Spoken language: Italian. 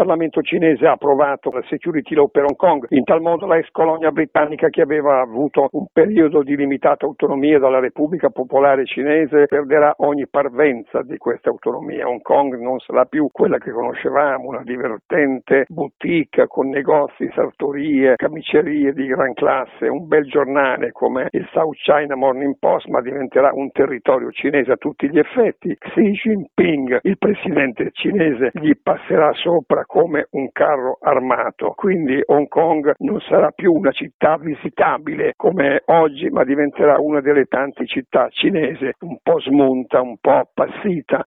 Parlamento cinese ha approvato la security law per Hong Kong, in tal modo la ex colonia britannica, che aveva avuto un periodo di limitata autonomia dalla Repubblica Popolare Cinese, perderà ogni parvenza di questa autonomia. Hong Kong non sarà più quella che conoscevamo, una divertente boutique con negozi, sartorie, camicerie di gran classe, un bel giornale come il South China Morning Post, ma diventerà un territorio cinese a tutti gli effetti. Xi Jinping, il presidente cinese, gli passerà sopra come un carro armato, quindi Hong Kong non sarà più una città visitabile come oggi, ma diventerà una delle tante città cinesi un po' smunta, un po' appassita